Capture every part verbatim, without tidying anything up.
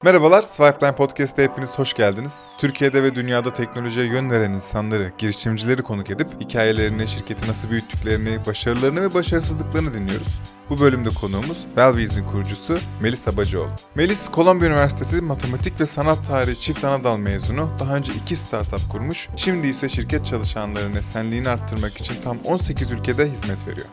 Merhabalar, Swipeline Podcast'a hepiniz hoş geldiniz. Türkiye'de ve dünyada teknolojiye yön veren insanları, girişimcileri konuk edip hikayelerini, şirketi nasıl büyüttüklerini, başarılarını ve başarısızlıklarını dinliyoruz. Bu bölümde konuğumuz Wellbeez'in kurucusu Melis Abacıoğlu. Melis, Kolombiya Üniversitesi Matematik ve Sanat Tarihi çift anadal mezunu, daha önce iki startup kurmuş, şimdi ise şirket çalışanlarının esenliğini arttırmak için tam on sekiz ülkede hizmet veriyor.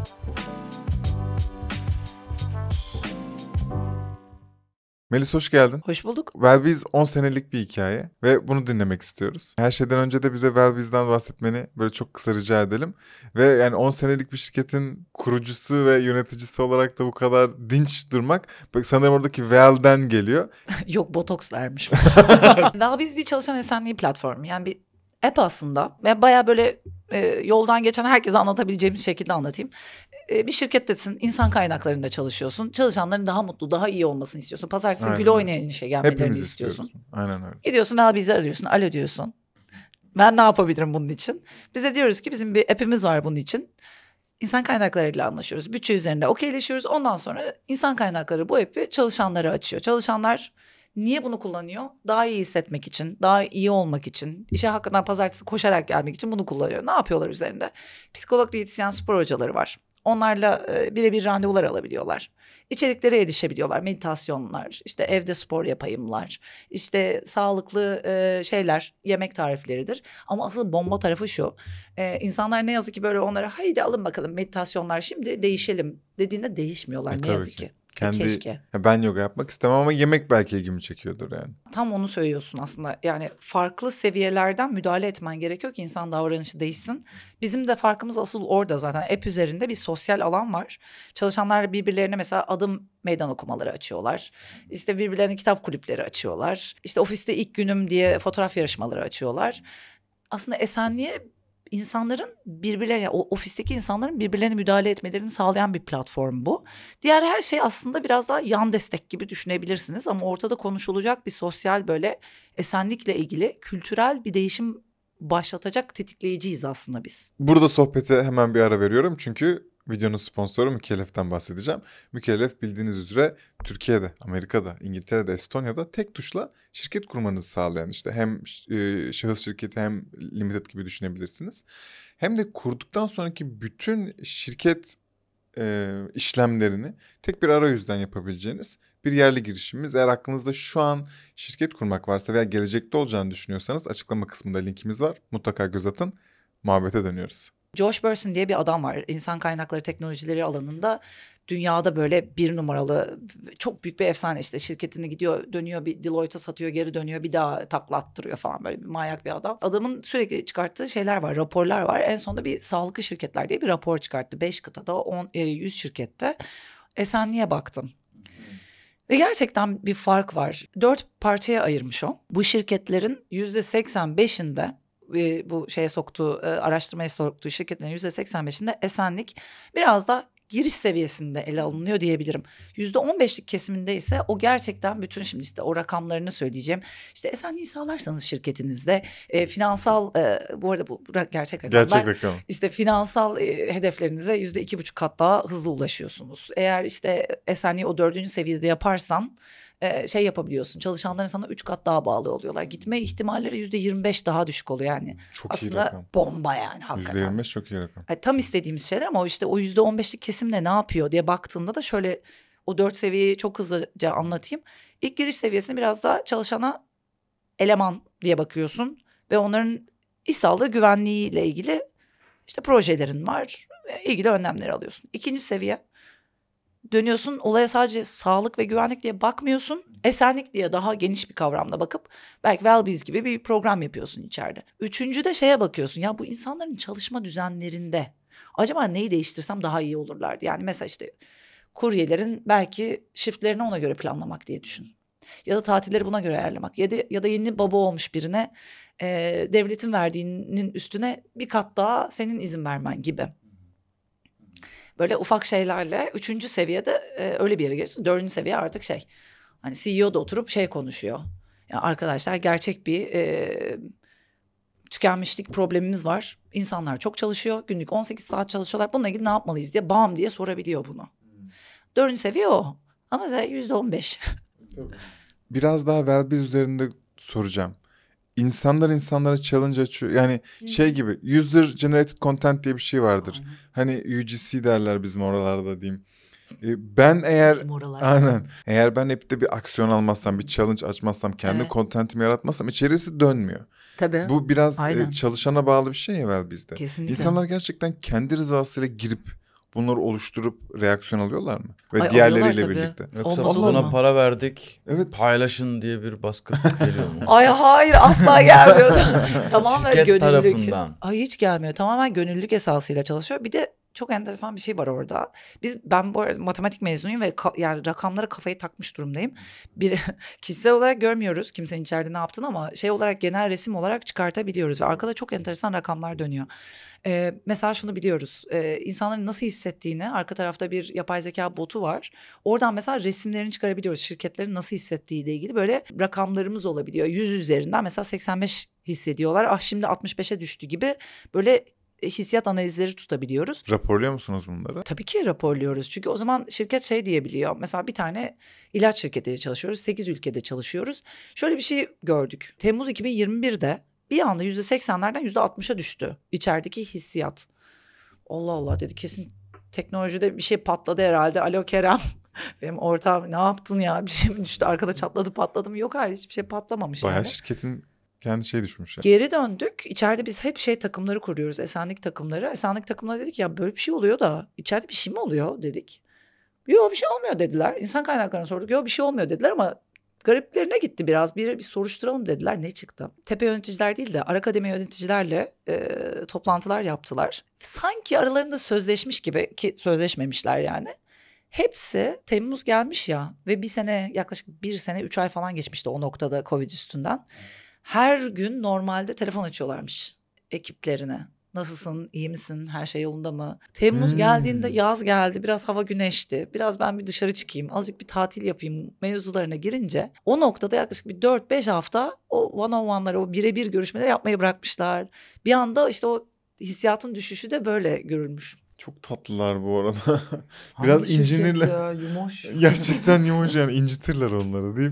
Melis hoş geldin. Hoş bulduk. Wellbeez on senelik bir hikaye ve bunu dinlemek istiyoruz. Her şeyden önce de bize Wellbeez'den bahsetmeni böyle çok kısa rica edelim. Ve yani on senelik bir şirketin kurucusu ve yöneticisi olarak da bu kadar dinç durmak, bak sanırım oradaki Well'den geliyor. Yok, botokslarmış. Wellbeez bir çalışan esenliği platformu. Yani bir app aslında. Ve bayağı böyle e, yoldan geçen herkese anlatabileceğimiz şekilde anlatayım. Bir şirkettesin, insan kaynaklarında çalışıyorsun. Çalışanların daha mutlu, daha iyi olmasını istiyorsun. Pazartesi güle oynayan işe gelmelerini Hepimiz istiyorsun. istiyoruz. Aynen öyle. Gidiyorsun Wellbeez'i arıyorsun, alo diyorsun. Ben ne yapabilirim bunun için? Biz de diyoruz ki bizim bir app'imiz var bunun için. İnsan kaynaklarıyla anlaşıyoruz. Bütçe üzerinde okeyleşiyoruz. Ondan sonra insan kaynakları bu app'i çalışanlara açıyor. Çalışanlar niye bunu kullanıyor? Daha iyi hissetmek için, daha iyi olmak için, işe hakikaten pazartesi koşarak gelmek için bunu kullanıyor. Ne yapıyorlar üzerinde? Psikolog, diyetisyen, spor hocaları var. Onlarla e, birebir randevular alabiliyorlar. İçeriklere erişebiliyorlar. Meditasyonlar, işte evde spor yapayımlar, işte sağlıklı e, şeyler, yemek tarifleridir. Ama asıl bomba tarafı şu. E, insanlar ne yazık ki böyle onlara haydi alın bakalım meditasyonlar şimdi değişelim dediğinde değişmiyorlar E, ne yazık ki. ki. Kendi, Keşke. Ben yoga yapmak istemem ama yemek belki ilgimi çekiyordur yani. Tam onu söylüyorsun aslında. Yani farklı seviyelerden müdahale etmen gerekiyor ki insan davranışı değişsin. Bizim de farkımız asıl orada zaten. App üzerinde bir sosyal alan var. Çalışanlar birbirlerine mesela adım meydan okumaları açıyorlar. İşte birbirlerine kitap kulüpleri açıyorlar. İşte ofiste ilk günüm diye fotoğraf yarışmaları açıyorlar. Aslında esenliğe insanların birbirlerine, yani o ofisteki insanların birbirlerine müdahale etmelerini sağlayan bir platform bu. Diğer her şey aslında biraz daha yan destek gibi düşünebilirsiniz ama ortada konuşulacak bir sosyal böyle esenlikle ilgili kültürel bir değişim başlatacak tetikleyiciyiz aslında biz. Burada sohbete hemen bir ara veriyorum çünkü videonun sponsoru Mükellef'ten bahsedeceğim. Mükellef bildiğiniz üzere Türkiye'de, Amerika'da, İngiltere'de, Estonya'da tek tuşla şirket kurmanızı sağlayan, işte hem e, şahıs şirketi hem limited gibi düşünebilirsiniz. Hem de kurduktan sonraki bütün şirket e, işlemlerini tek bir arayüzden yapabileceğiniz bir yerli girişimimiz. Eğer aklınızda şu an şirket kurmak varsa veya gelecekte olacağını düşünüyorsanız açıklama kısmında linkimiz var. Mutlaka göz atın. Muhabbete dönüyoruz. Josh Bersin diye bir adam var. İnsan kaynakları teknolojileri alanında dünyada böyle bir numaralı çok büyük bir efsane, işte şirketini gidiyor dönüyor bir Deloitte'a satıyor, geri dönüyor bir daha taklattırıyor falan, böyle bir manyak bir adam. Adamın sürekli çıkarttığı şeyler var, raporlar var. En sonunda bir sağlıklı şirketler diye bir rapor çıkarttı. Beş kıtada on, yüz şirkette esenliğe baktım. Ve gerçekten bir fark var. Dört parçaya ayırmış o. Bu şirketlerin yüzde seksen beşinde bu şeye soktuğu, araştırmaya soktuğu şirketlerin yüzde seksen beşinde esenlik biraz da giriş seviyesinde ele alınıyor diyebilirim. yüzde on beşlik kesiminde ise o gerçekten bütün, şimdi işte o rakamlarını söyleyeceğim. İşte esenliği sağlarsanız şirketinizde e, finansal e, bu arada bu gerçek rakamlar. Gerçek rakam. İşte finansal e, hedeflerinize yüzde iki buçuk kat daha hızlı ulaşıyorsunuz. Eğer işte esenliği o dördüncü seviyede yaparsan Ee, şey yapabiliyorsun. Çalışanların sana üç kat daha bağlı oluyorlar. Gitme ihtimalleri yüzde yirmi beş daha düşük oluyor yani. Çok aslında iyi rakam. bomba yani hakikaten. yüzde yirmi beş çok iyi rakam. Yani tam istediğimiz şeyler ama o işte o yüzde on beşlik kesimle ne yapıyor diye baktığında da şöyle o dört seviyeyi çok hızlıca anlatayım. İlk giriş seviyesini biraz daha çalışana eleman diye bakıyorsun ve onların iş sağlığı güvenliğiyle ilgili işte projelerin var. İlgili önlemleri alıyorsun. İkinci seviye, dönüyorsun olaya sadece sağlık ve güvenlik diye bakmıyorsun. Esenlik diye daha geniş bir kavramda bakıp belki Wellbeez gibi bir program yapıyorsun içeride. Üçüncüde şeye bakıyorsun, ya bu insanların çalışma düzenlerinde acaba neyi değiştirsem daha iyi olurlardı. Yani mesela işte kuryelerin belki shiftlerini ona göre planlamak diye düşün. Ya da tatilleri buna göre ayarlamak. Ya da, ya da yeni baba olmuş birine e, devletin verdiğinin üstüne bir kat daha senin izin vermen gibi. Böyle ufak şeylerle üçüncü seviyede e, öyle bir yere geliyorsun. Dördüncü seviye artık şey, hani C E O da oturup şey konuşuyor. Yani arkadaşlar gerçek bir e, tükenmişlik problemimiz var. İnsanlar çok çalışıyor. Günlük on sekiz saat çalışıyorlar. Bununla ilgili ne yapmalıyız diye bam diye sorabiliyor bunu. Hmm. Dördüncü seviye o. Ama yüzde on beş. biraz daha Welbiz üzerinde soracağım. İnsanlar insanlara challenge açıyor. Yani şey gibi user generated content diye bir şey vardır. Aynen. Hani U G C derler bizim oralarda diyeyim. E, Ben eğer Bizim oralar. aynen eğer ben hep de bir aksiyon almazsam, bir challenge açmazsam, kendi Evet. contentimi yaratmazsam içerisi dönmüyor. Tabii. Bu biraz e, Aynen. çalışana bağlı bir şey ya Welbiz'de. Kesinlikle. İnsanlar gerçekten kendi rızasıyla girip bunları oluşturup reaksiyon alıyorlar mı? Ve Ay, diğerleriyle alıyorlar tabii. birlikte. Yoksa Olmaz olur buna mu? para verdik, Evet. paylaşın diye bir baskı geliyor mu? Ay hayır asla gelmiyor. Tamamen Şirket gönüllülük. tarafından. Ay hiç gelmiyor. Tamamen gönüllülük esasıyla çalışıyor. Bir de çok enteresan bir şey var orada. Biz ben bu arada matematik mezunuyum ve ka- yani rakamlara kafayı takmış durumdayım. Bir kişisel olarak görmüyoruz kimsenin içeride ne yaptığını ama şey olarak genel resim olarak çıkartabiliyoruz ve arkada çok enteresan rakamlar dönüyor. Ee, mesela şunu biliyoruz. Ee, insanların nasıl hissettiğini arka tarafta bir yapay zeka botu var. Oradan mesela resimlerini çıkarabiliyoruz. Şirketlerin nasıl hissettiğiyle ilgili böyle rakamlarımız olabiliyor. yüz üzerinden mesela seksen beş hissediyorlar. Ah şimdi altmış beşe düştü gibi böyle hissiyat analizleri tutabiliyoruz. Raporluyor musunuz bunları? Tabii ki raporluyoruz. Çünkü o zaman şirket şey diyebiliyor. Mesela bir tane ilaç şirketiyle çalışıyoruz. sekiz ülkede çalışıyoruz. Şöyle bir şey gördük. Temmuz iki bin yirmi birde bir anda yüzde seksenlerden yüzde altmışa düştü içerideki hissiyat. Allah Allah dedi, kesin teknolojide bir şey patladı herhalde. Alo Kerem. Benim ortağım ne yaptın ya, bir şey mi düştü arkada çatladı patladı mı? Yok hayır, hiçbir şey patlamamış. Bayağı yani. şirketin kendi şey düşmüş yani. Geri döndük. İçeride biz hep şey takımları kuruyoruz. Esenlik takımları. Esenlik takımları dedik ya böyle bir şey oluyor da içeride bir şey mi oluyor dedik. Yok bir şey olmuyor dediler. İnsan kaynaklarına sorduk. Yok bir şey olmuyor dediler ama gariplerine gitti biraz. Bir, bir soruşturalım dediler. Ne çıktı? Tepe yöneticiler değil de ara kademe yöneticilerle e, toplantılar yaptılar. Sanki aralarında sözleşmiş gibi, ki sözleşmemişler yani. Hepsi Temmuz gelmiş ya ve bir sene, yaklaşık bir sene üç ay falan geçmişti o noktada Covid üstünden. Her gün normalde telefon açıyorlarmış ekiplerine. Nasılsın, iyi misin, her şey yolunda mı? Temmuz Hmm. geldiğinde yaz geldi, biraz hava güneşti. Biraz ben bir dışarı çıkayım, azıcık bir tatil yapayım mevzularına girince o noktada yaklaşık bir dört beş hafta o one on one'ları, o birebir görüşmeleri yapmayı bırakmışlar. Bir anda işte o hissiyatın düşüşü de böyle görülmüş. Çok tatlılar bu arada. Biraz Hangi şirket incinirler. ya, yumuş. Gerçekten yumuş yani incitirler onları deyip.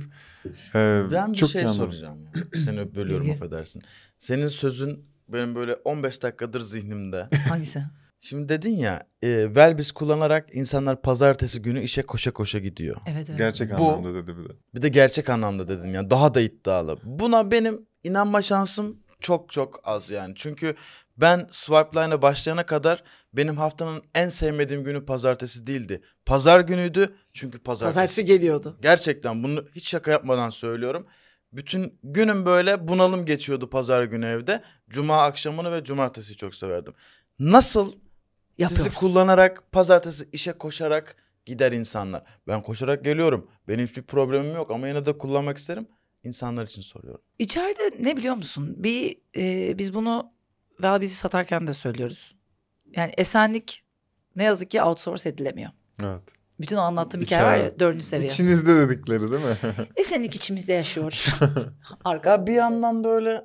e, Ben bir çok şey iyi anladım. soracağım ya. Seni bölüyorum, İyi. affedersin. Senin sözün benim böyle on beş dakikadır zihnimde. Hangisi? Şimdi dedin ya, e, Welbiz kullanarak insanlar pazartesi günü işe koşa koşa gidiyor. Evet evet. Gerçek Bu- anlamda dedi bir de. Bir de gerçek anlamda dedin ya, daha da iddialı. Buna benim inanma şansım çok çok az yani. Çünkü ben Swipeline'a başlayana kadar benim haftanın en sevmediğim günü pazartesi değildi. Pazar günüydü çünkü pazartesi. Pazartesi geliyordu. Gerçekten bunu hiç şaka yapmadan söylüyorum. Bütün günüm böyle bunalım geçiyordu pazar günü evde. Cuma akşamını ve cumartesiyi çok severdim. Nasıl Yapıyoruz. sizi kullanarak pazartesi işe koşarak gider insanlar? Ben koşarak geliyorum. Benim hiçbir problemim yok ama yine de kullanmak isterim. İnsanlar için soruyorum. İçeride ne biliyor musun? Bir e, biz bunu Welbiz'i satarken de söylüyoruz. Yani esenlik ne yazık ki outsource edilemiyor. Evet. Bütün o anlattığım hikaye var ya, dördüncü seviye. İçinizde dedikleri değil mi? Esenlik içimizde yaşıyor. Arka. Ya bir yandan da öyle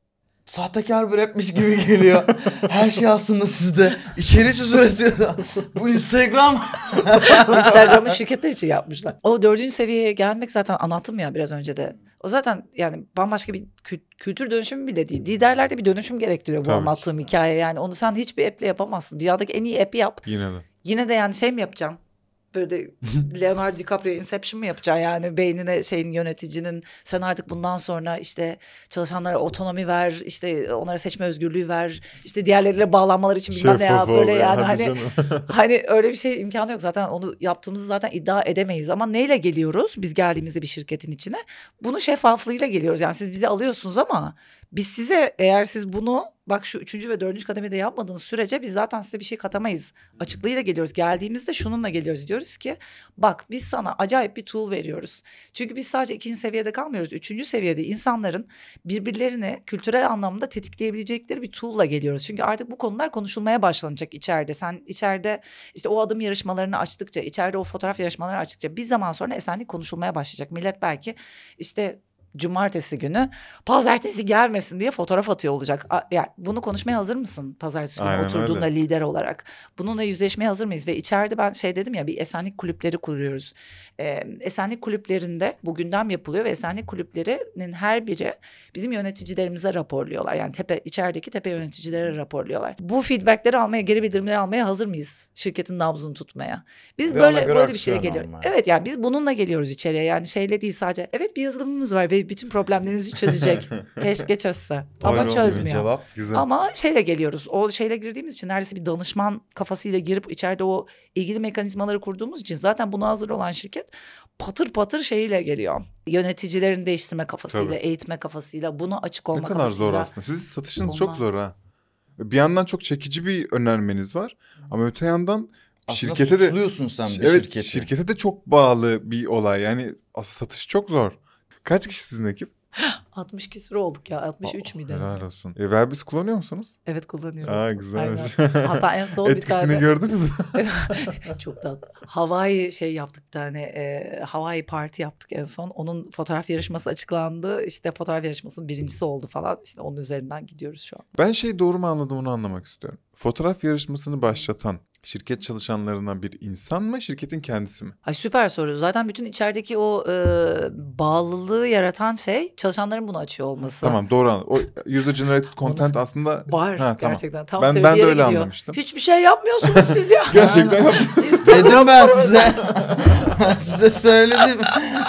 sahtekar bir rapmiş gibi geliyor. Her şey aslında sizde. İçerik üretiyor. Bu Instagram. Instagram'ı şirketler için yapmışlar. O dördüncü seviyeye gelmek zaten anlattım ya biraz önce de. O zaten yani bambaşka bir kü- kültür dönüşümü bile değil. Liderlerde bir dönüşüm gerektiriyor bu Tabii ki. anlattığım hikaye. Yani onu sen hiçbir app'le yapamazsın. Dünyadaki en iyi app'i yap. Yine de. Yine de yani şey mi yapacaksın? Böyle de Leonardo DiCaprio Inception mı yapacaksın yani beynine şeyin, yöneticinin sen artık bundan sonra işte çalışanlara otonomi ver, işte onlara seçme özgürlüğü ver, işte diğerleriyle bağlanmaları için bilmem ne ya Şeffaf ol böyle ya, yani hadi hani canım. hani öyle bir şey imkanı yok zaten, onu yaptığımızı zaten iddia edemeyiz ama neyle geliyoruz biz geldiğimizde bir şirketin içine? Bunu şeffaflığıyla geliyoruz yani siz bizi alıyorsunuz ama biz size, eğer siz bunu bak şu üçüncü ve dördüncü kademede yapmadığınız sürece biz zaten size bir şey katamayız açıklığıyla geliyoruz. Geldiğimizde şununla geliyoruz, diyoruz ki bak biz sana acayip bir tool veriyoruz. Çünkü biz sadece ikinci seviyede kalmıyoruz. Üçüncü seviyede insanların birbirlerini kültürel anlamda tetikleyebilecekleri bir tool'la geliyoruz. Çünkü artık bu konular konuşulmaya başlanacak içeride. Sen içeride işte o adım yarışmalarını açtıkça, içeride o fotoğraf yarışmalarını açtıkça bir zaman sonra esenlik konuşulmaya başlayacak. Millet belki işte cumartesi günü pazartesi gelmesin diye fotoğraf atıyor olacak. A- Yani bunu konuşmaya hazır mısın pazartesi günü Aynen oturduğunda öyle. lider olarak? Bununla yüzleşmeye hazır mıyız? Ve içeride ben şey dedim ya, bir esenlik kulüpleri kuruyoruz. Ee, esenlik kulüplerinde bu gündem yapılıyor ve esenlik kulüplerinin her biri bizim yöneticilerimize raporluyorlar. Yani tepe içerideki tepe yöneticilere raporluyorlar. Bu feedbackleri almaya, geri bildirimleri almaya hazır mıyız? Şirketin nabzını tutmaya. Biz Ve ona böyle göre böyle bir şeyle aksiyon geliyoruz. almaya. Evet, yani biz bununla geliyoruz içeriye. Yani şeyle değil sadece. Evet, bir yazılımımız var ve bütün problemlerinizi çözecek. Keşke çözse. Ama Doğru, çözmüyor. Cevap. Güzel. Ama şeyle geliyoruz. O şeyle girdiğimiz için neredeyse bir danışman kafasıyla girip içeride o ilgili mekanizmaları kurduğumuz için zaten buna hazır olan şirket patır patır şeyiyle geliyor. Yöneticilerini değiştirme kafasıyla, Tabii. eğitme kafasıyla, buna açık Ne olma kadar kafasıyla. zor aslında. Sizin satışınız olma. çok zor ha. Bir yandan çok çekici bir önermeniz var. Ama öte yandan Aslında şirkete de suçluyorsun sen bir evet şirketi. şirkete de çok bağlı bir olay. Yani as- satış çok zor. Kaç kişi sizin ekip? altmış küsur olduk ya. altmış üç müydü? en son? Helal olsun. E, Verbis kullanıyor musunuz? Evet, kullanıyoruz. Aa, güzelmiş. Aynen. Hatta en son bir Etkisini tane gördünüz mü? çok tatlı. Hawaii şey yaptık bir tane. E, Hawaii parti yaptık en son. Onun fotoğraf yarışması açıklandı. İşte fotoğraf yarışmasının birincisi oldu falan. İşte onun üzerinden gidiyoruz şu an. Ben şey doğru mu anladım onu anlamak istiyorum. Fotoğraf yarışmasını başlatan şirket çalışanlarından bir insan mı, şirketin kendisi mi? Ay, süper soru. Zaten bütün içerideki o e, bağlılığı yaratan şey çalışanların bunu açıyor olması. Tamam, doğru anladım. O user generated content aslında Var Ha, tamam. gerçekten. Tam Ben- söylediği ben de yere öyle gidiyor. anlamıştım. Hiçbir şey yapmıyorsunuz siz ya. gerçekten yap- Dedim ben size. Size söyledim.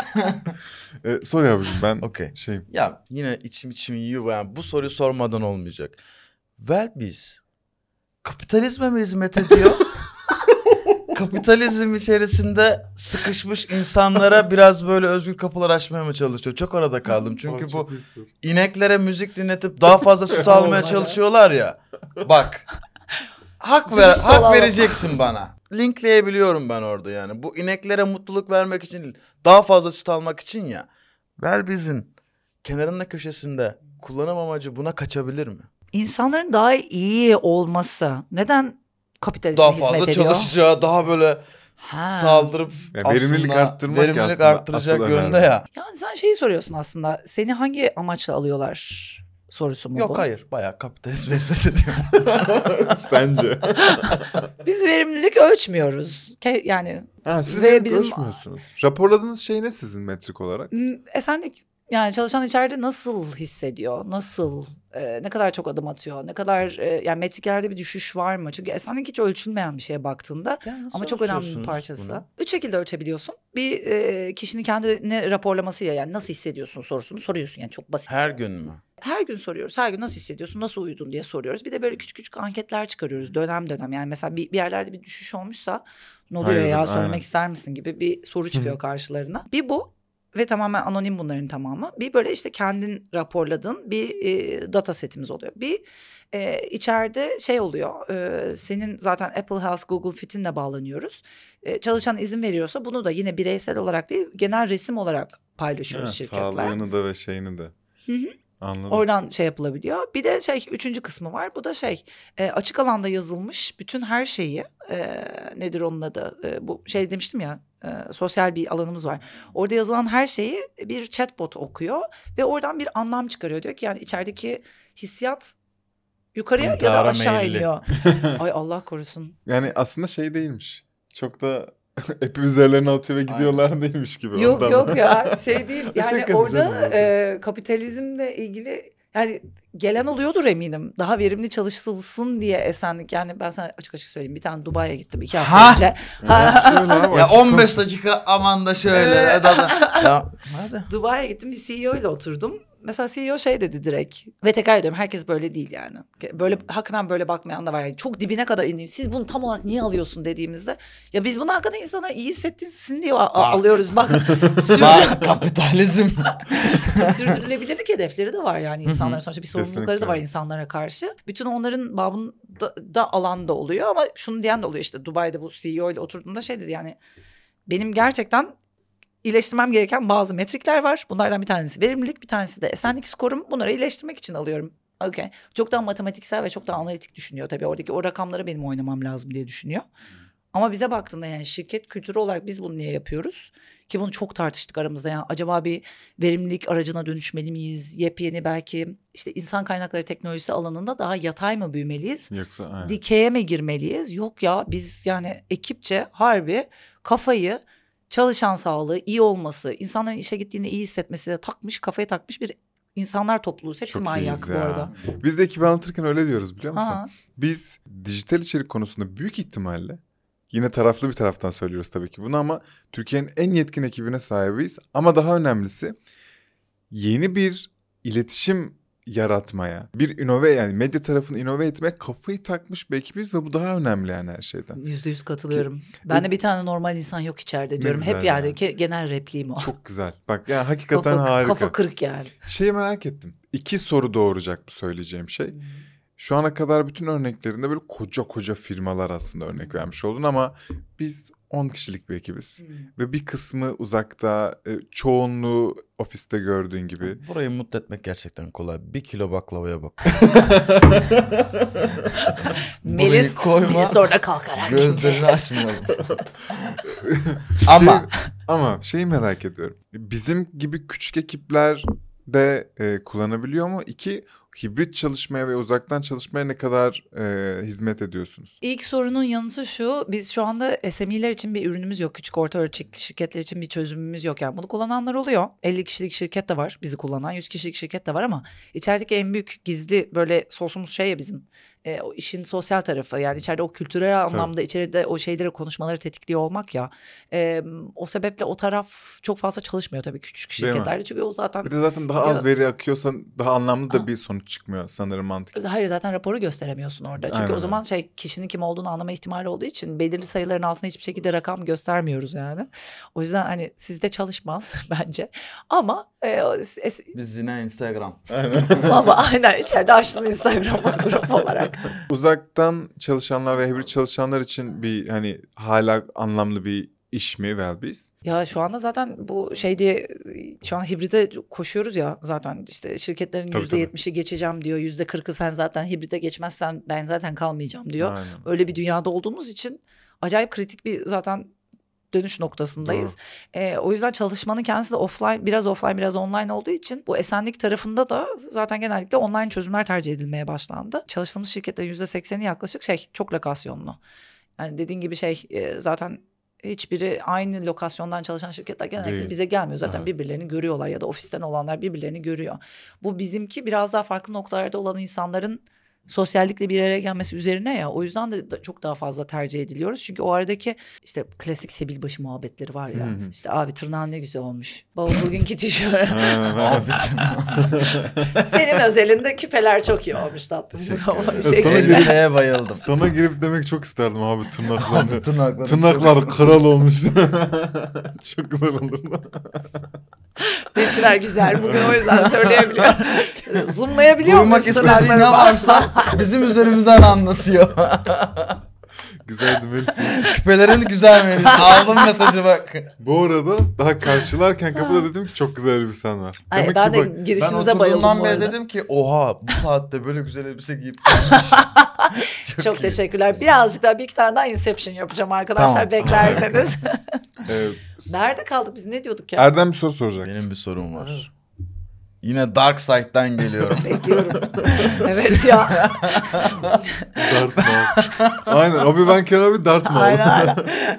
e, sorry abicim ben Okey. şeyim. Ya yine içim içim yiyor. Yani bu soruyu sormadan olmayacak. Verbis kapitalizme mi hizmet ediyor? Kapitalizm içerisinde sıkışmış insanlara biraz böyle özgür kapılar açmaya mı çalışıyor? Çok arada kaldım. Çünkü Aa, bu çok iyi soru. ineklere müzik dinletip daha fazla süt almaya çalışıyorlar ya. Bak. Hak ver, Dürüst hak olalım. vereceksin bana. Linkleyebiliyorum ben orada yani. Bu ineklere mutluluk vermek için değil, daha fazla süt almak için ya. Verbiz'in kenarında köşesinde kullanım amacı buna kaçabilir mi? İnsanların daha iyi olması neden kapitalizme Daha hizmet fazla ediyor? çalışacağı, daha böyle Ha. saldırıp Ya aslında verimlilik arttırmak ya verimlilik aslında arttıracak asıl yönde önemli. ya. Yani sen şeyi soruyorsun aslında. Seni hangi amaçla alıyorlar sorusu mu bu? Yok hayır, bayağı kapitalizme hizmet ediyor. Sence? Biz verimlilik ölçmüyoruz. Ke- Yani Ha, siz Ve Ve bizim- ölçmüyorsunuz. Raporladığınız şey ne sizin metrik olarak? m, esenlik, yani çalışan içeride nasıl hissediyor? Nasıl e, ne kadar çok adım atıyor? Ne kadar e, yani metriklerde bir düşüş var mı? Çünkü esenlik hiç ölçülmeyen bir şeye baktığında. Ama çok önemli bir parçası. Üç şekilde ölçebiliyorsun. Bir e, kişinin kendine raporlamasıyla, yani nasıl hissediyorsun sorusunu soruyorsun. Yani çok basit. Her gün mü? Her gün soruyoruz. Her gün nasıl hissediyorsun, nasıl uyudun diye soruyoruz. Bir de böyle küçük küçük anketler çıkarıyoruz dönem dönem. Yani mesela bir, bir yerlerde bir düşüş olmuşsa ne oluyor Hayırdır, ya, söylemek aynen. ister misin gibi bir soru çıkıyor karşılarına. Bir bu ve tamamen anonim bunların tamamı. Bir böyle işte kendin raporladığın bir e, data setimiz oluyor. Bir e, içeride şey oluyor. E, senin zaten Apple Health, Google Fit'inle bağlanıyoruz. E, çalışan izin veriyorsa bunu da yine bireysel olarak değil, genel resim olarak paylaşıyoruz Ha, şirketler. sağlığını da ve şeyini de. Hı hı. Anladım. Oradan şey yapılabiliyor. Bir de şey, üçüncü kısmı var. Bu da şey, e, açık alanda yazılmış bütün her şeyi, e, nedir onun adı? E, bu şey demiştim ya, e, sosyal bir alanımız var. Orada yazılan her şeyi bir chatbot okuyor ve oradan bir anlam çıkarıyor. Diyor ki yani içerideki hissiyat yukarıya ya da İntihara aşağı meyilli. iniyor. Ay Allah korusun. Yani aslında şey değilmiş. Çok da app'i üzerlerine atıyor ve gidiyorlar değilmiş gibi. Yok ondan. yok ya, şey değil. Yani Şakası orada canım. e, kapitalizmle ilgili yani gelen oluyordur eminim. Daha verimli çalışılsın diye esenlik. Yani ben sana açık açık söyleyeyim. Bir tane Dubai'ye gittim iki hafta Ha? önce. Ya şöyle abi, Ya açık on beş konuş- dakika aman da şöyle. Evet. da da. Ya hadi. Dubai'ye gittim, bir C E O ile oturdum. Mesela C E O şey dedi direkt. Ve tekrar ediyorum, herkes böyle değil yani. Böyle hakikaten böyle bakmayan da var. Yani çok dibine kadar indiğim. Siz bunu tam olarak niye alıyorsun dediğimizde. Ya biz bunu hakikaten insana iyi hissettirsin diye a- a- Bak. alıyoruz. Bak sürdür- Bak kapitalizm. sürdürülebilirlik hedefleri de var yani insanların, sonuçta bir sorumlulukları Kesinlikle. da var insanlara karşı. Bütün onların babında da alanda oluyor ama şunu diyen de oluyor, işte Dubai'de bu C E O ile oturduğumda şey dedi, yani benim gerçekten iyileştirmem gereken bazı metrikler var. Bunlardan bir tanesi verimlilik, bir tanesi de esenlik skorum. Bunları iyileştirmek için alıyorum. Okay. Çok daha matematiksel ve çok daha analitik düşünüyor tabii. Oradaki o rakamları benim oynamam lazım diye düşünüyor. Ama bize baktığında yani şirket kültürü olarak biz bunu niye yapıyoruz? Ki bunu çok tartıştık aramızda. Yani acaba bir verimlilik aracına dönüşmeli miyiz? Yepyeni belki işte insan kaynakları teknolojisi alanında daha yatay mı büyümeliyiz? Yoksa aynen. Dikeye mi girmeliyiz? Yok ya, biz yani ekipçe harbi kafayı çalışan sağlığı iyi olması, insanların işe gittiğinde iyi hissetmesi de takmış, kafaya takmış bir insanlar topluluğuyuz. Hepsi Çok manyak iyiyiz bu ya. arada. Biz de ekibi anlatırken öyle diyoruz biliyor musun? Ha. Biz dijital içerik konusunda büyük ihtimalle yine taraflı bir taraftan söylüyoruz tabii ki bunu ama Türkiye'nin en yetkin ekibine sahibiz. Ama daha önemlisi yeni bir iletişim yaratmaya, bir inove yani medya tarafını inove etmeye kafayı takmış bir ekibiz ve bu daha önemli yani her şeyden. Yüzde yüz katılıyorum. Ben de bir tane normal insan yok içeride diyorum. güzel Hep yani ya. ke- genel repliğim o. Çok güzel. Bak yani hakikaten kafa, harika. kafa kırık yani. Şeyi merak ettim. İki soru doğuracak bu söyleyeceğim şey. Şu ana kadar bütün örneklerinde böyle koca koca firmalar aslında örnek vermiş oldun ama biz on kişilik bir ekibiz. Ve bir kısmı uzakta, e, çoğunluğu ofiste gördüğün gibi. Burayı mutlu etmek gerçekten kolay. Bir kilo baklavaya bak. Melis, koyma. Melis orada kalkarak Gözlerini gitti. açmayalım. Ama Şey, ama şeyi merak ediyorum. Bizim gibi küçük ekipler de e, kullanabiliyor mu? İki, hibrit çalışmaya ve uzaktan çalışmaya ne kadar e, hizmet ediyorsunuz? İlk sorunun yanıtı şu: biz şu anda S M E'ler için bir ürünümüz yok. Küçük orta ölçekli şirketler için bir çözümümüz yok. Yani bunu kullananlar oluyor. elli kişilik şirket de var bizi kullanan. yüz kişilik şirket de var ama içerideki en büyük gizli böyle sosumuz şey ya bizim. E, o işin sosyal tarafı, yani içeride o kültürel Tabii. anlamda içeride o şeyleri, konuşmaları tetikliyor olmak ya. E, o sebeple o taraf çok fazla çalışmıyor tabii küçük Değil mi? şirketlerde. Çünkü o zaten Bir de zaten daha Ya- az veri akıyorsa daha anlamlı da Ha. bir sonuç çıkmıyor sanırım mantık. hayır, zaten raporu gösteremiyorsun orada. Çünkü Aynen o zaman şey, kişinin kim olduğunu anlama ihtimali olduğu için belirli sayıların altında hiçbir şekilde rakam göstermiyoruz yani. O yüzden hani sizde çalışmaz bence. Ama e, o- es- biz yine Instagram. ama aynen içeride açtın Instagram'a grup olarak. Uzaktan çalışanlar ve hibrit çalışanlar için bir hani hala anlamlı bir iş mi Wellbees? Ya şu anda zaten bu şey diye, şu an hibride koşuyoruz ya zaten, işte şirketlerin Tabii, yüzde yetmişi geçeceğim diyor. Yüzde kırkı sen zaten hibride geçmezsen ben zaten kalmayacağım diyor. Aynen. Öyle bir dünyada olduğumuz için acayip kritik bir zaten dönüş noktasındayız. Ee, o yüzden çalışmanın kendisi de offline, biraz offline biraz online olduğu için bu esenlik tarafında da zaten genellikle online çözümler tercih edilmeye başlandı. Çalıştığımız şirketlerin yüzde sekseni yaklaşık şey, çok lokasyonlu. Yani dediğin gibi şey e, zaten hiçbiri aynı lokasyondan çalışan şirketler genellikle Değil. bize gelmiyor. Zaten Aha. birbirlerini görüyorlar ya da ofisten olanlar birbirlerini görüyor. Bu bizimki biraz daha farklı noktalarda olan insanların sosyallikle bir araya gelmesi üzerine ya. O yüzden de da- çok daha fazla tercih ediliyoruz. Çünkü o aradaki işte klasik sebilbaşı muhabbetleri var ya. Hı hı. İşte abi tırnağın ne güzel olmuş. Baba bugünkü tişört. Abi Senin özelinde küpeler çok iyi olmuş tatlım. Teşekkür ederim. Şey- Sana Sana gelip- şeye bayıldım. Sana girip demek çok isterdim abi tırnaklarını. Tırnakları. Tırnaklar kral olmuş. Çok güzel olurdu. Benimkiler güzel. Bugün o yüzden söyleyebiliyorum. Zoomlayabiliyor Duymak musun? istediği ne tırnaklarımı? varsa bizim üzerimizden anlatıyor. Güzel demelisin. Küpelerin güzel Melis. Aldım mesajı bak. Bu arada daha karşılarken kapıda dedim ki çok güzel elbisen var. Ay, Demek ben ki de bak, Ben girişinize bayıldım oturduğumdan bu beri arada. dedim ki oha bu saatte böyle güzel elbise giyip gelmiş. Çok iyi. teşekkürler. Birazcık daha bir iki tane daha Inception yapacağım arkadaşlar, Tamam. beklerseniz. e, Nerede kaldık biz, ne diyorduk ya? Erdem bir soru soracak. Benim bir sorum var. Yine Dark Side'dan geliyorum. Bekliyorum. Evet ya. Dart Maul. Aynen Obi-Wan Kenobi Dart Maul. Aynen aynen.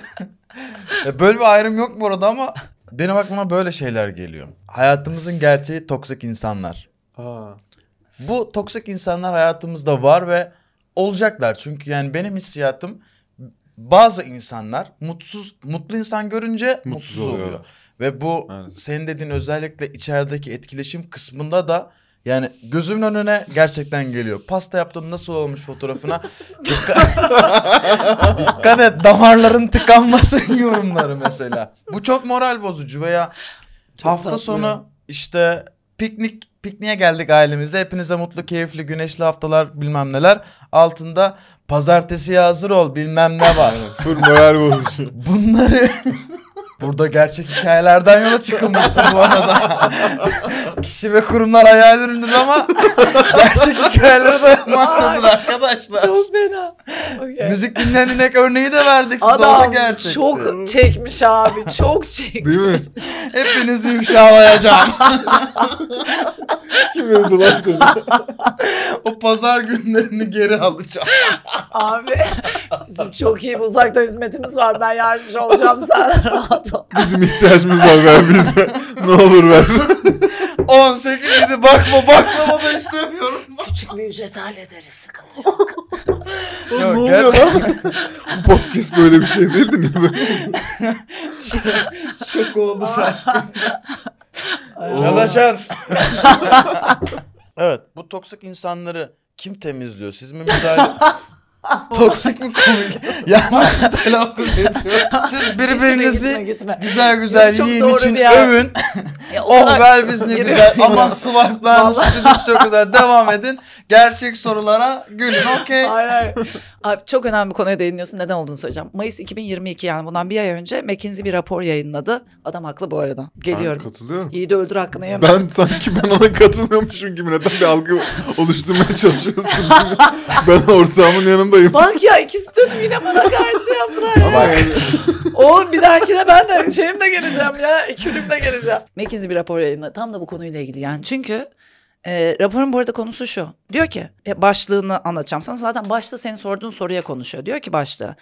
E, böyle bir ayrım yok bu arada ama benim aklıma böyle şeyler geliyor. Hayatımızın gerçeği toksik insanlar. Aa, Bu toksik insanlar hayatımızda var ve olacaklar. Çünkü yani benim hissiyatım bazı insanlar mutsuz, mutlu insan görünce mutsuz, Mutsuz oluyor. oluyor. Ve bu Maalesef. senin dediğin özellikle içerideki etkileşim kısmında da yani gözümün önüne gerçekten geliyor. Pasta yaptım nasıl olmuş fotoğrafına. Dikkat, dikkat et damarların tıkanması yorumları mesela. Bu çok moral bozucu veya hafta tatlı sonu ya. işte piknik pikniğe geldik ailemizde. Hepinize mutlu, keyifli, güneşli haftalar bilmem neler. Altında pazartesiye hazır ol bilmem ne var. aynen. Full moral bozucu. Bunları burada gerçek hikayelerden yola çıkılmıştır bu arada. Kişi ve kurumlar hayal ürünüdür ama gerçek hikayelere dayanmaktadır arkadaşlar. Çok fena. Okay. Müzik dinleyen inek örneği de verdik size, o da Adam gerçekti. çok çekmiş abi. Çok çekmiş. Değil mi? Hepinizi ifşalayacağım. Kim yazdı lan seni? O pazar günlerini geri alacağım. Abi bizim çok iyi bir uzaktan hizmetimiz var. Ben yardımcı olacağım sana. Rahat ol. Bizim ihtiyacımız var, ver bize. Ne olur ver. on sekiz yedi bakma baklava da istemiyorum. Küçük bir ücret hallederiz. Sıkıntı yok. Oğlum, Yok, ne oluyor lan? Bu podcast böyle bir şey değildi, niye böyle? Şok oldu sen. Çalışan. Evet, bu toksik insanları kim temizliyor? Siz mi müdahale? Toksik mi komik? Yanlış mı telaffuz ediyor? Siz birbirinizi Gitme, gitme, gitme. güzel güzel Çok yiyin doğru için bir yer. övün. Ya, o Oh kadar- ver biz ne Yürü. güzel. Aman swipe'lar Vallahi. stüdyosu çok güzel. Devam edin. Gerçek sorulara gülün. Okey. Hayır hayır. Abi çok önemli bir konuya değiniyorsun. Neden olduğunu söyleyeceğim. Mayıs iki bin yirmi iki, yani bundan bir ay önce McKinsey bir rapor yayınladı. Adam haklı bu arada. Geliyorum. Ben katılıyorum. İyi de öldür hakkını yeme. Ben sanki ben ona katılmıyormuşum gibi neden bir algı oluşturmaya çalışıyorsun? Ben ortağımın yanındayım. Bak ya, ikisi de yine bana karşı yaptılar ya. Ama yani Oğlum bir dahakine ben de şeyimle geleceğim ya. Ekürümle geleceğim. McKinsey bir rapor yayınladı. Tam da bu konuyla ilgili yani. Çünkü e, raporun bu arada konusu şu. Diyor ki, e, başlığını anlatacağım sana. Zaten başta senin sorduğun soruya konuşuyor. Diyor ki başta.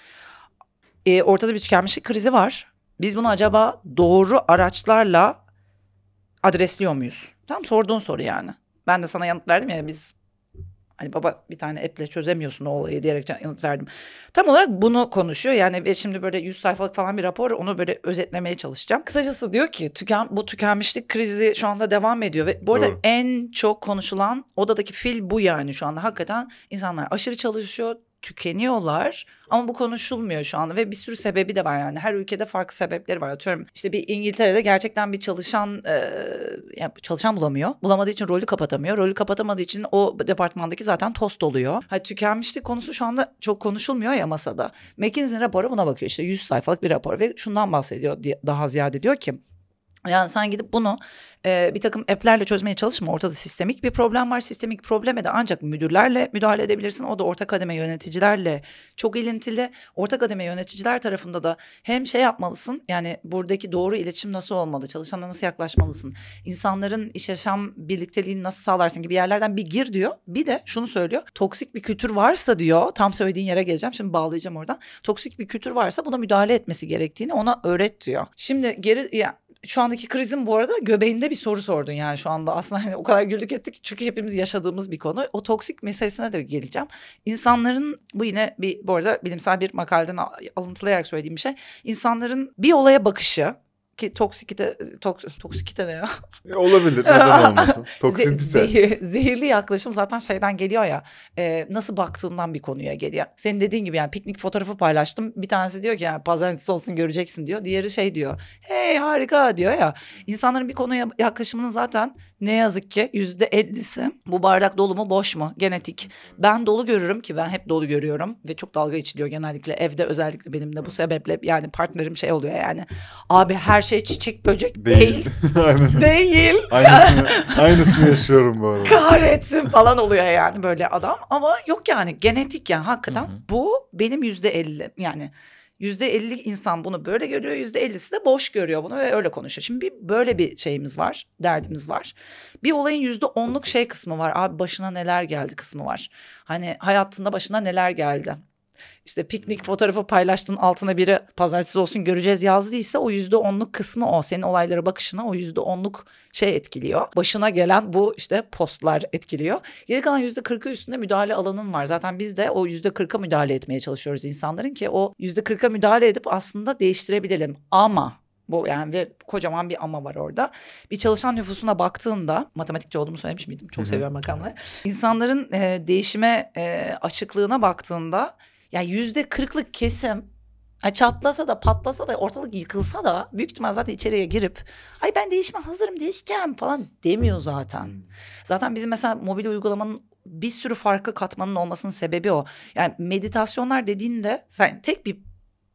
E, ortada bir tükenmişlik krizi var. Biz bunu acaba doğru araçlarla adresliyor muyuz? Tam sorduğun soru yani. Ben de sana yanıt verdim ya, biz hani baba bir tane app'le çözemiyorsun o olayı diyerek yanıt verdim. Tam olarak bunu konuşuyor yani ve şimdi böyle yüz sayfalık falan bir rapor, onu böyle özetlemeye çalışacağım. Kısacası diyor ki tüken, bu tükenmişlik krizi şu anda devam ediyor ve bu arada Doğru. en çok konuşulan odadaki fil bu yani şu anda. Hakikaten insanlar aşırı çalışıyor, tükeniyorlar ama bu konuşulmuyor şu anda ve bir sürü sebebi de var yani. Her ülkede farklı sebepleri var. Atıyorum işte bir İngiltere'de gerçekten bir çalışan e, yani çalışan bulamıyor. Bulamadığı için rolü kapatamıyor. Rolü kapatamadığı için o departmandaki zaten tost oluyor. Ha, tükenmişlik konusu şu anda çok konuşulmuyor ya masada. McKinsey raporu buna bakıyor, işte yüz sayfalık bir rapor ve şundan bahsediyor diye, daha ziyade diyor ki yani sen gidip bunu e, bir takım app'lerle çözmeye çalışma. Ortada sistemik bir problem var. Sistemik probleme de ancak müdürlerle müdahale edebilirsin. O da orta kademe yöneticilerle çok ilintili. Orta kademe yöneticiler tarafında da hem şey yapmalısın. Yani buradaki doğru iletişim nasıl olmalı? Çalışanlara nasıl yaklaşmalısın? İnsanların iş yaşam birlikteliğini nasıl sağlarsın gibi yerlerden bir gir diyor. Bir de şunu söylüyor. Toksik bir kültür varsa diyor. Tam söylediğin yere geleceğim. Şimdi bağlayacağım oradan. Toksik bir kültür varsa buna müdahale etmesi gerektiğini ona öğret diyor. Şimdi geri ya şu andaki krizin bu arada göbeğinde bir soru sordun yani şu anda. Aslında hani o kadar güldük ettik çünkü hepimiz yaşadığımız bir konu. O toksik meselesine de geleceğim. İnsanların, bu yine bir bu arada bilimsel bir makaleden alıntılayarak söylediğim bir şey. İnsanların bir olaya bakışı, ki toksikite, toks, toksikite ne ya? e, olabilir, neden olmasın? Ze- Toksintite. zehir- zehirli yaklaşım zaten şeyden geliyor ya, e, nasıl baktığından bir konuya geliyor. Senin dediğin gibi yani piknik fotoğrafı paylaştım. Bir tanesi diyor ki yani pazartesi olsun göreceksin diyor. Diğeri şey diyor, hey harika diyor ya. İnsanların bir konuya yaklaşımının zaten ne yazık ki yüzde ellisi bu bardak dolu mu boş mu, genetik. Ben dolu görürüm ki ben hep dolu görüyorum ve çok dalga geçiliyor genellikle evde, özellikle benim de bu sebeple yani partnerim şey oluyor yani. Abi her şey çiçek böcek değil. Değil. Aynen. Değil. Aynısını, aynısını yaşıyorum bu arada. Kahretsin falan oluyor yani böyle adam. Ama yok yani genetik yani hakikaten. Hı hı. Bu benim yüzde elli yani. Yüzde elli insan bunu böyle görüyor. Yüzde ellisi de boş görüyor bunu ve öyle konuşuyor. Şimdi bir böyle bir şeyimiz var. Derdimiz var. Bir olayın yüzde onluk şey kısmı var. Abi başına neler geldi kısmı var. Hani hayatında başına neler geldi. İşte piknik fotoğrafı paylaştığın altına biri pazartesi olsun göreceğiz yazdıysa o yüzde onluk kısmı o. Senin olaylara bakışına o yüzde onluk şey etkiliyor. Başına gelen bu işte postlar etkiliyor. Geri kalan yüzde kırkı üstünde müdahale alanın var. Zaten biz de o yüzde kırka müdahale etmeye çalışıyoruz insanların ki o yüzde kırka müdahale edip aslında değiştirebilelim. Ama bu yani ve kocaman bir ama var orada. Bir çalışan nüfusuna baktığında, matematikçi olduğumu söylemiş miydim? Çok Hı hı. seviyorum rakamları. İnsanların e, değişime e, açıklığına baktığında ya yüzde kırklık kesim ya çatlasa da patlasa da ortalık yıkılsa da büyük ihtimal zaten içeriye girip ay ben değişme hazırım değişeceğim falan demiyor zaten. Zaten bizim mesela mobil uygulamanın bir sürü farklı katmanın olmasının sebebi o. Yani meditasyonlar dediğinde sen tek bir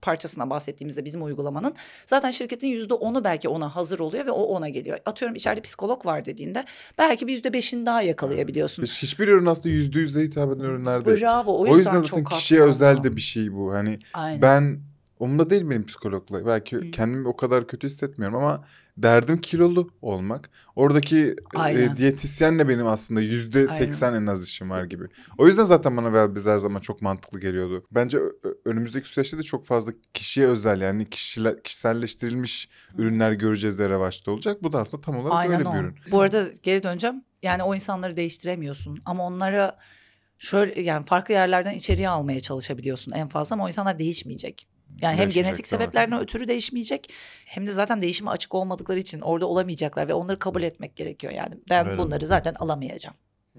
parçasından bahsettiğimizde bizim uygulamanın zaten şirketin yüzde onu belki ona hazır oluyor ve o ona geliyor. Atıyorum içeride psikolog var dediğinde belki bir yüzde beşini daha yakalayabiliyorsun. Hiç- Hiçbir ürün aslında yüzde yüze hitap eden ürünler değil. Bravo. O O yüzden, yüzden zaten çok kişiye haklı özel ama. de bir şey bu. Hani Aynen. ben umurumda değil benim psikologla. Belki Hı. kendimi o kadar kötü hissetmiyorum ama derdim kilolu olmak. Oradaki Aynen. e, diyetisyenle benim aslında yüzde seksen en az işim var gibi. O yüzden zaten bana Wellbiz her zaman çok mantıklı geliyordu. Bence ö- ö- önümüzdeki süreçte de çok fazla kişiye özel yani kişiler, kişiselleştirilmiş ürünler göreceğiz de revaçta olacak. Bu da aslında tam olarak Aynen öyle o. bir ürün. Bu arada geri döneceğim. Yani o insanları değiştiremiyorsun ama onlara şöyle yani farklı yerlerden içeriye almaya çalışabiliyorsun en fazla ama o insanlar değişmeyecek. Yani hem Değişmeyecek, genetik tamam. sebeplerden ötürü değişmeyecek hem de zaten değişime açık olmadıkları için orada olamayacaklar ve onları kabul etmek gerekiyor yani. Ben Öyle. bunları zaten alamayacağım.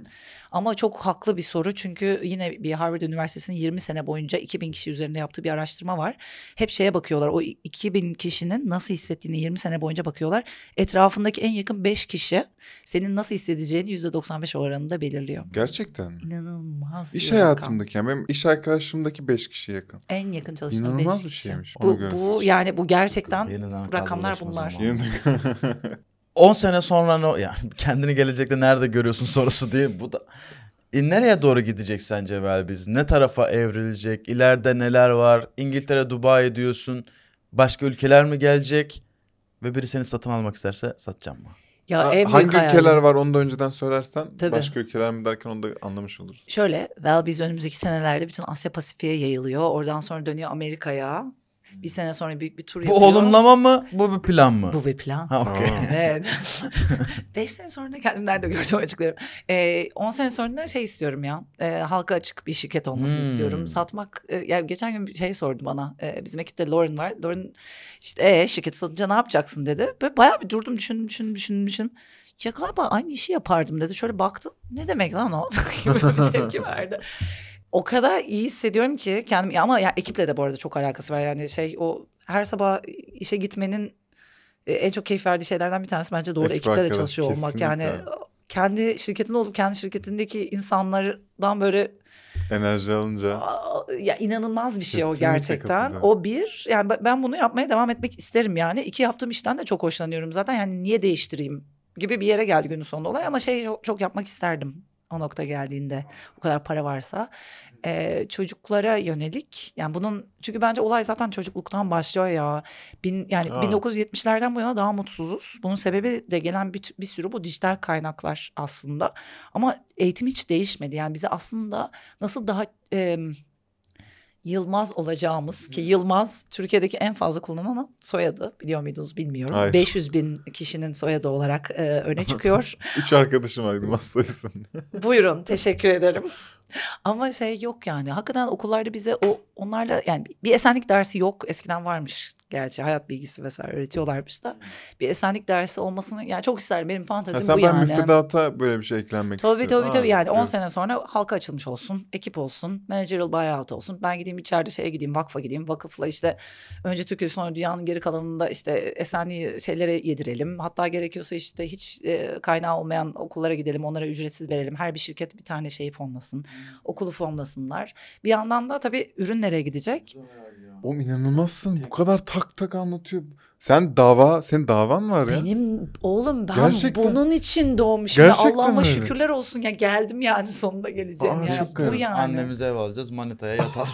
Ama çok haklı bir soru çünkü yine bir Harvard Üniversitesi'nin yirmi sene boyunca iki bin kişi üzerinde yaptığı bir araştırma var. Hep şeye bakıyorlar, o iki bin kişinin nasıl hissettiğini yirmi sene boyunca bakıyorlar. Etrafındaki en yakın beş kişi senin nasıl hissedeceğini yüzde doksan beş oranında belirliyor. Gerçekten mi? İnanılmaz İş bir rakam. hayatımdaki yani benim iş arkadaşımdaki beş kişiye yakın. En yakın çalıştığım İnanılmaz beş bir kişi. şeymiş. Ona Bu, göre bu seç. yani bu gerçekten Yeniden bu rakamlar kalburlaşma bunlar. zamanı. Yeni- on sene sonra ne yani kendini gelecekte nerede görüyorsun sorusu değil bu da. E, nereye doğru gidecek sence Wellbiz? Ne tarafa evrilecek? İleride neler var? İngiltere, Dubai diyorsun. Başka ülkeler mi gelecek? Ve biri seni satın almak isterse satacağım mı? Ya Ha, en büyük hangi hayalim- ülkeler var onu da önceden söylersen Tabii. başka ülkeler mi derken onu da anlamış oluruz. Şöyle, Wellbiz önümüzdeki senelerde bütün Asya Pasifik'e yayılıyor. Oradan sonra dönüyor Amerika'ya. Bir sene sonra büyük bir tur Bu yapıyor. olumlama mı? Bu bir plan mı? Bu bir plan. Ha, okey. Aa. Evet. Beş sene sonra kendim nerede gördüm açıklarım. Ee, on sene sonra da şey istiyorum ya. E, halka açık bir şirket olmasını Hmm. istiyorum. Satmak. E, ya geçen gün bir şey sordu bana. E, bizim ekipte Lauren var. Lauren işte e, şirketi satınca ne yapacaksın dedi. Böyle bayağı bir durdum düşündüm düşündüm düşündüm düşündüm. Ya galiba aynı işi yapardım dedi. Şöyle baktım. Ne demek lan o? gibi bir tepki verdi. O kadar iyi hissediyorum ki kendim ama ya ekiple de bu arada çok alakası var. Yani şey o her sabah işe gitmenin e, en çok keyif verdiği şeylerden bir tanesi bence doğru Ekip ekiple de arkadaş, çalışıyor olmak. Yani kesinlikle. kendi şirketin olup kendi şirketindeki insanlardan böyle Enerji alınca. aa, ya inanılmaz bir şey o Kesinlikle gerçekten. katılıyorum. O bir yani ben- ben bunu yapmaya devam etmek isterim yani. İki yaptığım işten de çok hoşlanıyorum zaten. Yani niye değiştireyim gibi bir yere geldi günün sonunda olay ama şey çok, çok yapmak isterdim o nokta geldiğinde. O kadar para varsa. Ee, çocuklara yönelik yani bunun çünkü bence olay zaten çocukluktan başlıyor ya. Bin, yani Aa. bin dokuz yüz yetmişlerden bu yana daha mutsuzuz. Bunun sebebi de gelen bir, bir sürü bu dijital kaynaklar aslında. Ama eğitim hiç değişmedi. Yani bize aslında nasıl daha e, Yılmaz olacağımız ki Yılmaz Türkiye'deki en fazla kullanılan soyadı biliyor muydunuz bilmiyorum. Hayır. beş yüz bin kişinin soyadı olarak e, öne çıkıyor. Üç arkadaşım var Yılmaz Soysun. Buyurun teşekkür ederim. Ama şey yok yani hakikaten okullarda bize o onlarla yani bir esenlik dersi yok eskiden varmış. Gerçi hayat bilgisi vesaire öğretiyorlarmış da bir esenlik dersi olmasını yani çok isterdim benim Ha, fantezim sen bu ben yani. müfredata böyle bir şey eklenmek Tabii istiyorum. tabii tabii Aa, yani on evet. sene sonra halka açılmış olsun, ekip olsun, managerial buyout olsun. Ben gideyim içeride şeye gideyim, vakfa gideyim, vakıfla işte önce Türkiye sonra dünyanın geri kalanında işte esenliği şeylere yedirelim. Hatta gerekiyorsa işte hiç e, kaynağı olmayan okullara gidelim, onlara ücretsiz verelim. Her bir şirket bir tane şeyi fonlasın, okulu fonlasınlar. Bir yandan da tabii ürün nereye gidecek? Oğlum inanılmazsın. Bu kadar tak tak anlatıyor. Sen dava, senin davan var ya. Benim oğlum ben Gerçekten. bunun için doğmuşum. Ya. Gerçekten Allah'ıma öyle. şükürler olsun ya geldim yani sonunda geleceğim. Aa, yani. çok Bu garip. yani. Annemize ev alacağız, manitaya yatalım.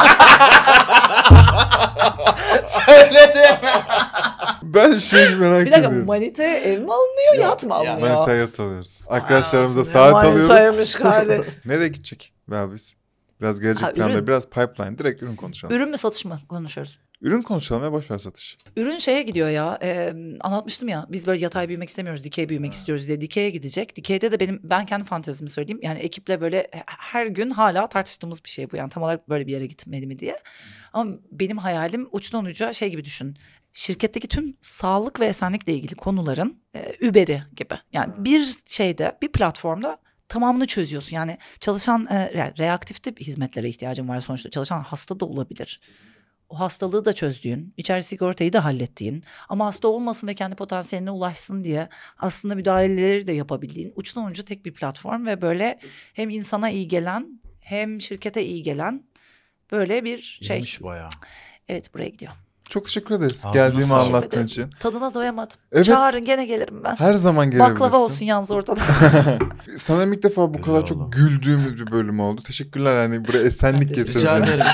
Söyledim. Ben şey merak Bir dakika ediyorum. manitaya ev mi alınıyor Yok, yat mı ya, alınıyor? Manitaya yat alıyoruz. Arkadaşlarımıza Aa, saat alıyoruz. manitaymış kardeş. Nereye gidecek Wellbiz? Biraz gelecek Ha, planları, ürün. biraz pipeline. Direkt ürün konuşalım. Ürün, Ürün mü satış mı konuşuyoruz? konuşalım ya boş ver satış. Ürün şeye gidiyor ya e, anlatmıştım ya biz böyle yatay büyümek istemiyoruz dikey büyümek istiyoruz diye dikeye gidecek. Dikeyde de benim ben kendi fantezimi söyleyeyim yani ekiple böyle her gün hala tartıştığımız bir şey bu yani tam olarak böyle bir yere gitmeli mi diye. Ama benim hayalim uçtan uca şey gibi düşün. Şirketteki tüm sağlık ve esenlikle ilgili konuların e, Uber'i gibi. Yani bir şeyde bir platformda tamamını çözüyorsun. Yani çalışan e, yani reaktif hizmetlere ihtiyacın var sonuçta. Çalışan hasta da olabilir. O hastalığı da çözdüğün, içeride sigortayı da hallettiğin ama hasta olmasın ve kendi potansiyeline ulaşsın diye aslında müdahaleleri de yapabildiğin uçtan uca tek bir platform ve böyle hem insana iyi gelen hem şirkete iyi gelen böyle bir şey. İyiymiş bayağı. Evet, buraya gidiyor. Çok teşekkür ederiz. Ağzına Geldiğimi sağlık. Teşekkür anlattığın ederim. için. Tadına doyamadım. Evet. Çağırın, gene gelirim ben. Her zaman gelebilirsin. Baklava olsun yalnız ortada. Sanırım ilk defa bu Öyle kadar oldu. çok güldüğümüz bir bölüm oldu. Teşekkürler, yani buraya esenlik Rica getirdin. Rica ederim.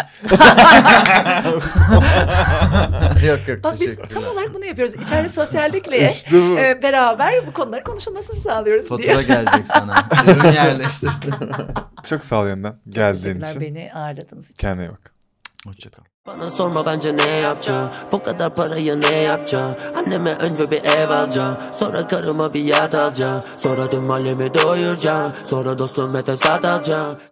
yok yok Bak biz teşekkürler. tam olarak bunu yapıyoruz. İçeride sosyallikle İşte bu. e, beraber bu konuların konuşulmasını sağlıyoruz diye. Fatura gelecek sana. Ürün yerleştirdim. Çok sağ ol yeniden geldiğin Teşekkürler için. beni ağırladığınız için. Kendine iyi bak. Hoşçakal. Bana sorma bence ne yapacağım. Bu kadar parayı ne yapacağım. Anneme önce bir ev alacağım. Sonra karıma bir yat alacağım. Sonra tüm mahallemi doyuracağım. Sonra dostum Mete sat alacağım.